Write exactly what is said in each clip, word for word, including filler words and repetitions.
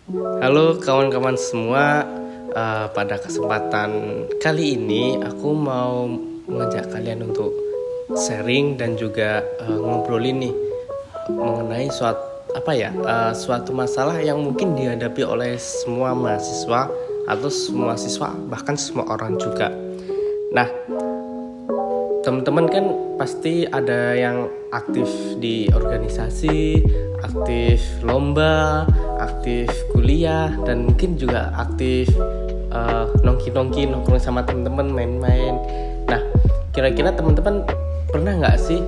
Halo kawan-kawan semua, uh, pada kesempatan kali ini aku mau mengajak kalian untuk sharing dan juga uh, ngobrolin nih mengenai suatu apa ya uh, suatu masalah yang mungkin dihadapi oleh semua mahasiswa atau semua siswa, bahkan semua orang juga. Nah, teman-teman kan pasti ada yang aktif di organisasi, aktif lomba, aktif kuliah, dan mungkin juga aktif uh, nongki-nongki, nongkrong sama teman-teman, main-main. Nah, kira-kira teman-teman pernah nggak sih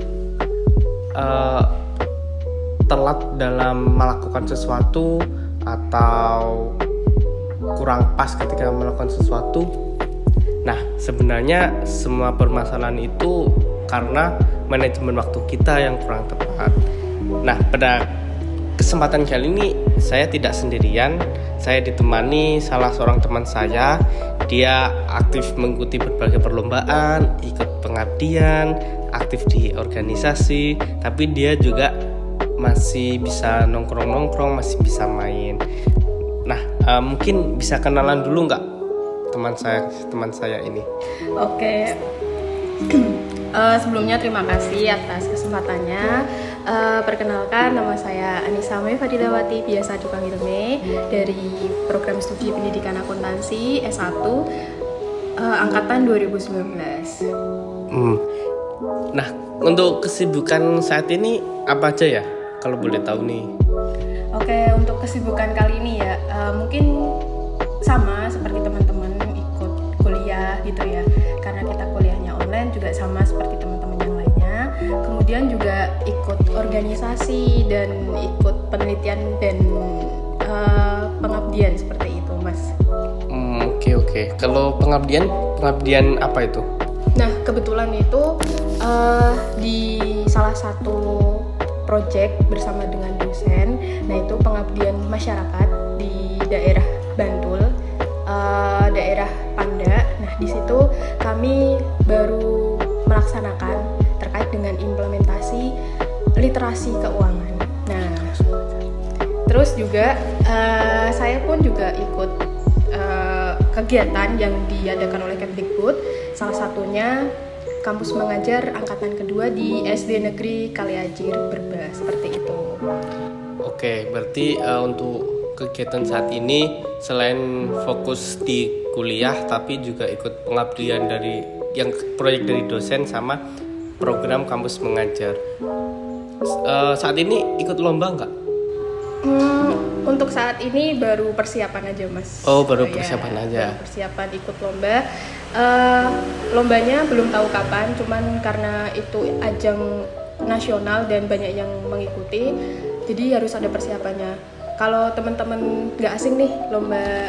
uh, telat dalam melakukan sesuatu atau kurang pas ketika melakukan sesuatu? Nah, sebenarnya semua permasalahan itu karena manajemen waktu kita yang kurang tepat. Nah, pada kesempatan kali ini saya tidak sendirian. Saya ditemani salah seorang teman saya. Dia aktif mengikuti berbagai perlombaan, ikut pengabdian, aktif di organisasi, tapi dia juga masih bisa nongkrong-nongkrong, masih bisa main. Nah, uh, mungkin bisa kenalan dulu nggak teman saya teman saya ini? Oke. uh, sebelumnya terima kasih atas kesempatannya. Uh, perkenalkan, nama saya Anissa May Fadilawati, biasa dipanggil May, dari program studi pendidikan akuntansi S satu uh, angkatan dua ribu sembilan belas. Hmm. Nah, untuk kesibukan saat ini apa aja ya, kalau boleh tahu nih? Oke, untuk kesibukan kali ini ya, uh, mungkin sama seperti teman-teman ikut kuliah gitu ya, karena kita kuliahnya online juga sama seperti teman-teman yang lainnya. Kemudian juga ikut organisasi dan ikut penelitian dan uh, pengabdian seperti itu, Mas. Hmm, oke oke. Kalau pengabdian, pengabdian apa itu? Nah, kebetulan itu uh, di salah satu proyek bersama dengan dosen. Nah, itu pengabdian masyarakat di daerah Bantul, uh, daerah Panda. Nah, di situ kami baru melaksanakan terkait dengan implementasi literasi keuangan. Nah, terus juga uh, saya pun juga ikut uh, kegiatan yang diadakan oleh Kemdikbud, salah satunya kampus mengajar angkatan kedua di S D Negeri Kaliajir Berba, seperti itu. Oke, berarti uh, untuk kegiatan saat ini selain fokus di kuliah, tapi juga ikut pengabdian dari yang proyek dari dosen sama program kampus mengajar. Uh, saat ini ikut lomba nggak? Hmm, untuk saat ini baru persiapan aja, Mas. Oh, baru persiapan ya, aja. Baru persiapan ikut lomba. Uh, lombanya belum tahu kapan, cuman karena itu ajang nasional dan banyak yang mengikuti, jadi harus ada persiapannya. Kalau teman-teman nggak asing nih, lomba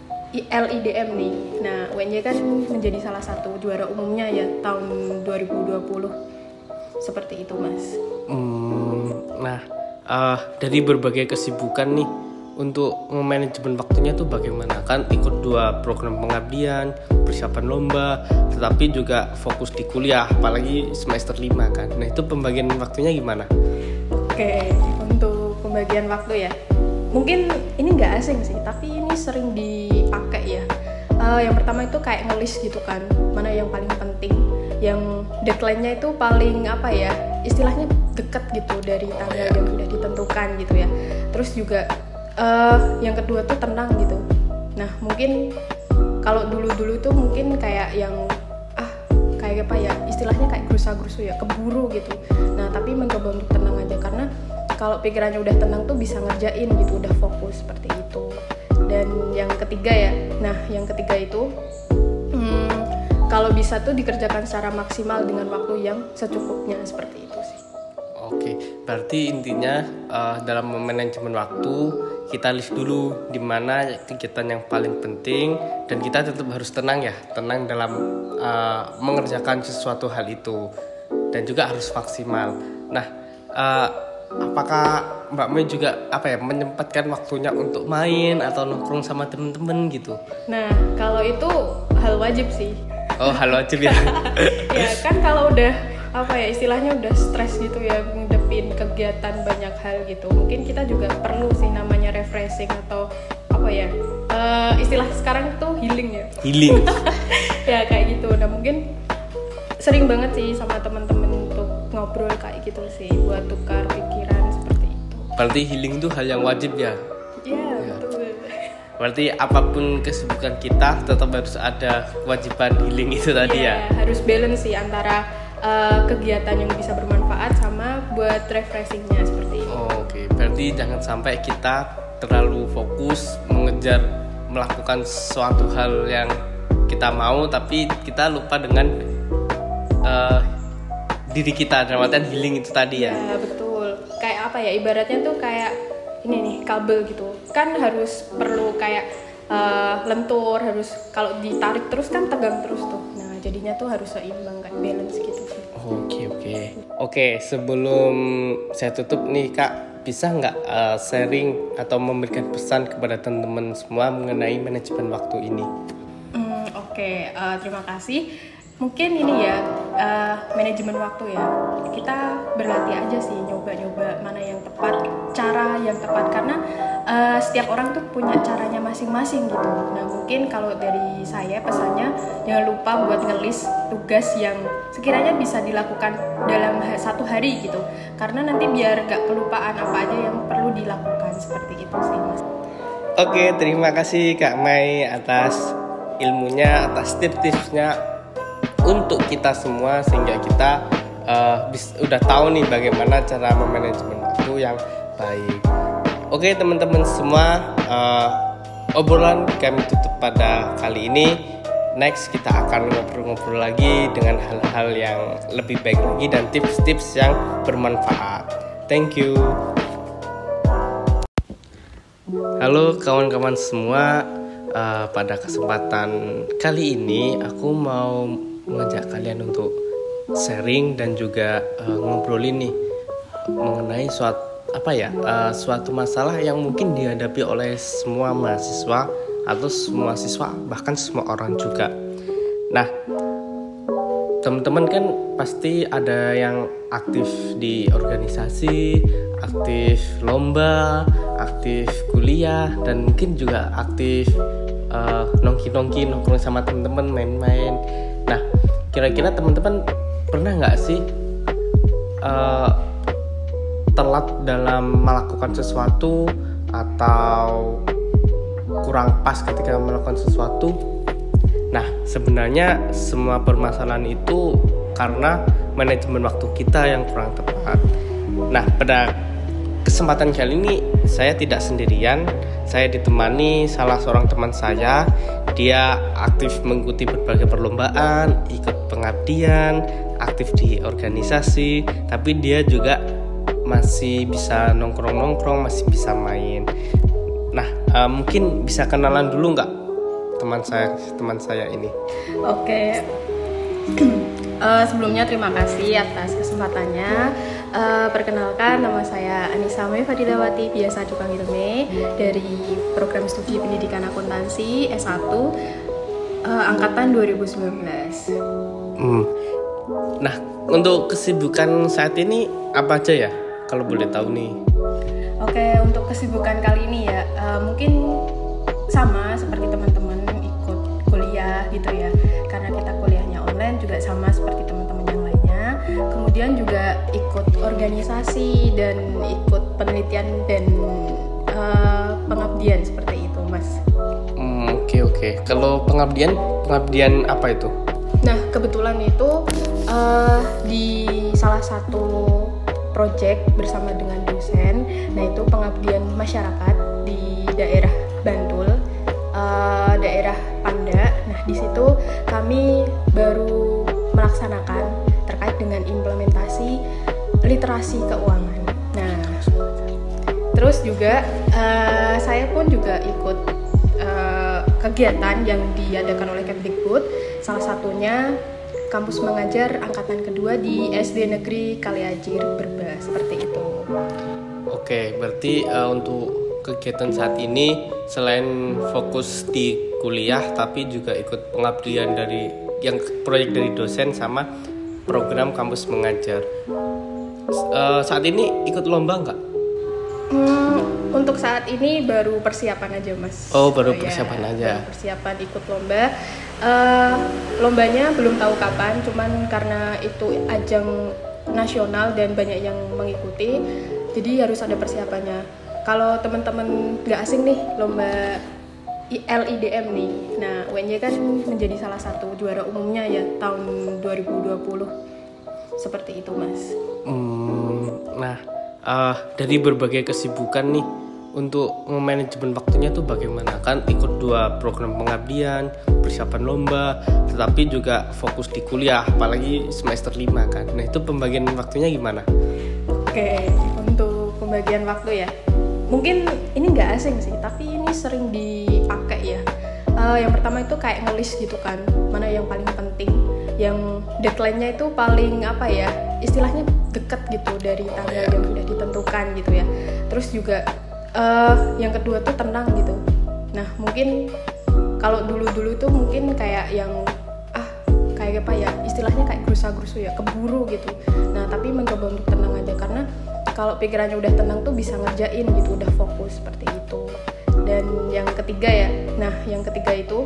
L I D M nih. Nah, U N Y kan menjadi salah satu juara umumnya ya tahun dua ribu dua puluh. Seperti itu, Mas. Hmm, nah, uh, dari berbagai kesibukan nih, untuk manajemen waktunya tuh bagaimana? Kan ikut dua program pengabdian, persiapan lomba, tetapi juga fokus di kuliah, apalagi semester lima kan. Nah, itu pembagian waktunya gimana? Oke, untuk pembagian waktu ya, mungkin ini nggak asing sih, tapi ini sering dipakai ya. Uh, yang pertama itu kayak ngelis gitu kan, mana yang paling penting, yang deadline-nya itu paling apa ya, istilahnya deket gitu dari tanggal yang sudah ditentukan gitu ya. Terus juga uh, yang kedua tuh tenang gitu. Nah, mungkin kalau dulu-dulu tuh mungkin kayak yang ah kayak apa ya, istilahnya kayak gerusa-gerusu ya, keburu gitu. Nah, tapi mencoba untuk tenang aja, karena kalau pikirannya udah tenang tuh bisa ngerjain gitu, udah fokus seperti itu. Dan yang ketiga ya, nah yang ketiga itu hmm, kalau bisa tuh dikerjakan secara maksimal dengan waktu yang secukupnya, seperti itu sih. Oke, berarti intinya uh, dalam manajemen waktu kita list dulu di mana kegiatan yang paling penting, dan kita tetap harus tenang ya, tenang dalam uh, mengerjakan sesuatu hal itu, dan juga harus maksimal. Nah, uh, apakah Mbak May juga apa ya menyempatkan waktunya untuk main atau nongkrong sama temen-temen gitu? Nah, kalau itu hal wajib sih. Oh, hal wajib ya. Ya kan, kalau udah apa ya istilahnya udah stres gitu ya, ngadepin kegiatan banyak hal gitu, mungkin kita juga perlu sih namanya refreshing atau ya, uh, istilah sekarang tuh healing ya. Healing. Ya kayak gitu. Nah mungkin sering banget sih sama teman-teman untuk ngobrol kayak gitu sih, buat tukar pikiran seperti itu. Berarti healing itu hal yang wajib ya? Iya ya. Betul. Berarti apapun kesibukan kita tetap harus ada kewajiban healing itu tadi ya, ya? Harus balance sih antara uh, kegiatan yang bisa bermanfaat sama buat refreshingnya seperti itu. Oh, oke, okay. Berarti jangan sampai kita terlalu fokus mengejar melakukan suatu hal yang kita mau, tapi kita lupa dengan uh, diri kita, dalam artian healing itu tadi ya? Ya betul. Kayak apa ya? Ibaratnya tuh kayak ini nih kabel gitu. Kan harus perlu kayak uh, lentur, harus kalau ditarik terus kan tegang terus tuh. Nah jadinya tuh harus seimbang, kayak balance gitu sih. Oke oke oke. Sebelum saya tutup nih Kak, bisa nggak uh, sharing atau memberikan pesan kepada teman-teman semua mengenai manajemen waktu ini? Hmm, oke, okay. uh, terima kasih. Mungkin ini ya, uh, manajemen waktu ya. Kita berlatih aja sih, nyoba-nyoba mana yang tepat, cara yang tepat. Karena uh, setiap orang tuh punya caranya masing-masing gitu. Nah mungkin kalau dari saya pesannya, jangan lupa buat ngelis tugas yang sekiranya bisa dilakukan dalam satu hari gitu. Karena nanti biar gak kelupaan apa aja yang perlu dilakukan, seperti itu sih Mas. Oke, terima kasih Kak Mai atas ilmunya, atas tips-tipsnya untuk kita semua, sehingga kita uh, bis, udah tahu nih bagaimana cara memanajemen waktu yang baik. Oke teman-teman semua, uh, obrolan kami tutup pada kali ini. Next kita akan ngobrol-ngobrol lagi dengan hal-hal yang lebih baik lagi dan tips-tips yang bermanfaat. Thank you. Halo kawan-kawan semua, uh, pada kesempatan kali ini aku mau mengajak kalian untuk sharing dan juga uh, ngobrolin nih mengenai suatu apa ya uh, suatu masalah yang mungkin dihadapi oleh semua mahasiswa atau semua siswa, bahkan semua orang juga. Nah, teman-teman kan pasti ada yang aktif di organisasi, aktif lomba, aktif kuliah, dan mungkin juga aktif uh, nongki-nongki, nongkrong sama teman-teman, main-main. Nah, kira-kira teman-teman pernah nggak sih uh, telat dalam melakukan sesuatu atau kurang pas ketika melakukan sesuatu? Nah, sebenarnya semua permasalahan itu karena manajemen waktu kita yang kurang tepat. Nah, pada kesempatan kali ini saya tidak sendirian. Saya ditemani salah seorang teman saya. Dia aktif mengikuti berbagai perlombaan, ikut pengabdian, aktif di organisasi, tapi dia juga masih bisa nongkrong-nongkrong, masih bisa main. Nah, uh, mungkin bisa kenalan dulu nggak teman saya teman saya ini? Oke. Uh, sebelumnya terima kasih atas kesempatannya. Uh, perkenalkan, nama saya Anissa Mei Fadilawati, biasa dipanggil Mei, dari program studi pendidikan akuntansi S satu uh, angkatan dua ribu sembilan belas. Hmm. Nah, untuk kesibukan saat ini apa aja ya, kalau boleh tahu nih? Oke, untuk kesibukan kali ini ya, uh, mungkin sama seperti teman-teman ikut kuliah gitu ya, karena kita kuliahnya online juga sama seperti teman-teman yang lainnya. Kemudian juga ikut organisasi dan ikut penelitian dan uh, pengabdian seperti itu, Mas. Hmm, oke oke. Kalau pengabdian, pengabdian apa itu? Nah, kebetulan itu uh, di salah satu project bersama dengan dosen. Nah, itu pengabdian masyarakat di daerah Bantul, uh, daerah Panda. Nah, di situ kami baru melaksanakan terkait dengan implementasi literasi keuangan. Nah, terus juga uh, saya pun juga ikut uh, kegiatan yang diadakan oleh Kemdikbud. Salah satunya kampus mengajar angkatan kedua di S D Negeri Kaliajir Berbah, seperti itu. Oke, berarti uh, untuk kegiatan saat ini selain fokus di kuliah, tapi juga ikut pengabdian dari yang proyek dari dosen sama program kampus mengajar. Uh, saat ini ikut lomba nggak? Hmm, Untuk saat ini baru persiapan aja mas. Oh baru oh, persiapan ya, aja. Baru persiapan ikut lomba. Uh, lombanya belum tahu kapan, cuman karena itu ajang nasional dan banyak yang mengikuti, jadi harus ada persiapannya. Kalau teman-teman nggak asing nih lomba L I D M nih, nah U N Y kan menjadi salah satu juara umumnya ya tahun dua ribu dua puluh, seperti itu mas. Hmm, nah uh, dari berbagai kesibukan nih untuk manajemen waktunya tuh bagaimana? Kan ikut dua program pengabdian, persiapan lomba, tetapi juga fokus di kuliah, apalagi semester lima kan. Nah itu pembagian waktunya gimana? Oke, untuk pembagian waktu ya, mungkin ini nggak asing sih, tapi ini sering dipakai ya. Uh, yang pertama itu kayak ngelis gitu kan, mana yang paling penting, yang deadline-nya itu paling apa ya, istilahnya deket gitu dari tanggal yang sudah ditentukan gitu ya. Terus juga uh, yang kedua tuh tenang gitu. Nah mungkin kalau dulu-dulu tuh mungkin kayak yang ah kayak apa ya, istilahnya kayak gerusa-gerusu ya, keburu gitu. Nah tapi mencoba untuk tenang aja, karena kalau pikirannya udah tenang tuh bisa ngerjain gitu, udah fokus seperti itu. Dan yang ketiga ya, nah yang ketiga itu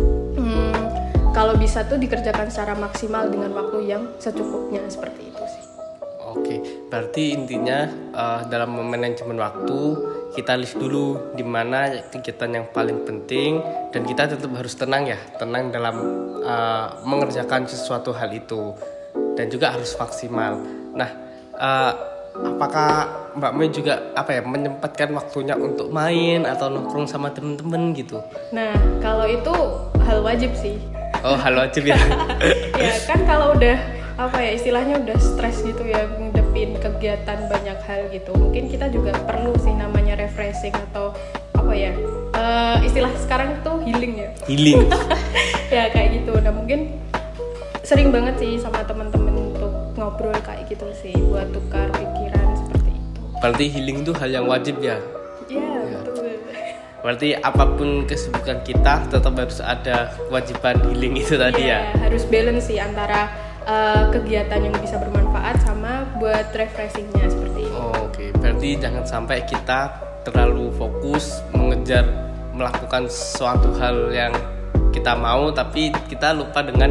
hmm, kalau bisa tuh dikerjakan secara maksimal dengan waktu yang secukupnya, seperti itu sih. Oke, berarti intinya uh, dalam manajemen waktu kita list dulu di mana kegiatan yang paling penting, dan kita tetap harus tenang ya, tenang dalam uh, mengerjakan sesuatu hal itu, dan juga harus maksimal. Nah, uh, apakah Mbak Mei juga apa ya menyempatkan waktunya untuk main atau nongkrong sama temen-temen gitu? Nah, kalau itu hal wajib sih. Oh, hal wajib ya. Ya kan kalau udah apa ya istilahnya udah stres gitu ya, ngadepin kegiatan banyak hal gitu, mungkin kita juga perlu sih namanya refreshing atau apa ya uh, istilah sekarang tuh healing ya. Healing. Ya kayak gitu. Nah mungkin sering banget sih sama teman-teman untuk ngobrol kayak gitu sih, buat tukar pikiran seperti itu. Berarti healing itu hal yang wajib ya? Iya ya, betul. Berarti apapun kesibukan kita tetap harus ada kewajiban healing itu tadi ya? Ya harus balance sih antara uh, kegiatan yang bisa bermanfaat sama buat refreshingnya seperti itu. Oh, oke, okay. Berarti jangan sampai kita terlalu fokus mengejar melakukan suatu hal yang kita mau, tapi kita lupa dengan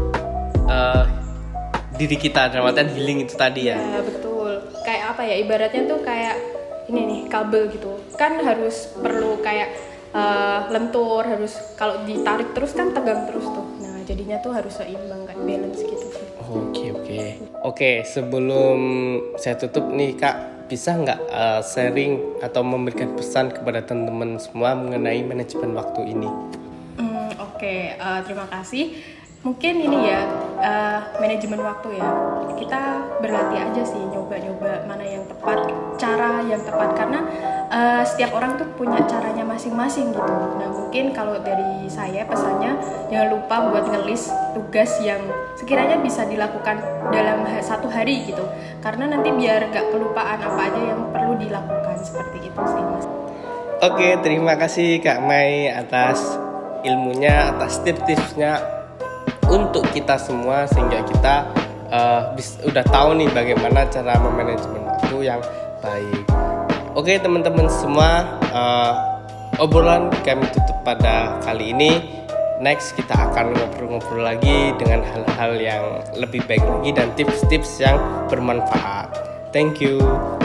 uh, diri kita, dalam artian healing itu tadi ya? Ya betul. Kayak apa ya, ibaratnya tuh kayak ini nih kabel gitu, kan harus perlu kayak uh, lentur, harus kalau ditarik terus kan tegang terus tuh. Nah jadinya tuh harus seimbang kan, balance gitu sih. Oke oke oke. Sebelum saya tutup nih Kak, bisa nggak uh, sharing atau memberikan pesan kepada teman-teman semua mengenai manajemen waktu ini? Hmm, oke, okay. uh, terima kasih. Mungkin ini ya uh, manajemen waktu ya, kita berlatih aja sih, nyoba-nyoba mana yang tepat, cara yang tepat, karena uh, setiap orang tuh punya caranya masing-masing gitu. Nah mungkin kalau dari saya pesannya jangan lupa buat ngelis tugas yang sekiranya bisa dilakukan dalam satu hari gitu, karena nanti biar gak kelupaan apa aja yang perlu dilakukan, seperti itu sih mas. Oke, terima kasih Kak Mai atas ilmunya, atas tips-tipsnya untuk kita semua, sehingga kita uh, bis, udah tahu nih bagaimana cara memanajemen waktu yang baik. Oke teman-teman semua, uh, obrolan kami tutup pada kali ini. Next kita akan ngobrol-ngobrol lagi dengan hal-hal yang lebih baik lagi dan tips-tips yang bermanfaat. Thank you.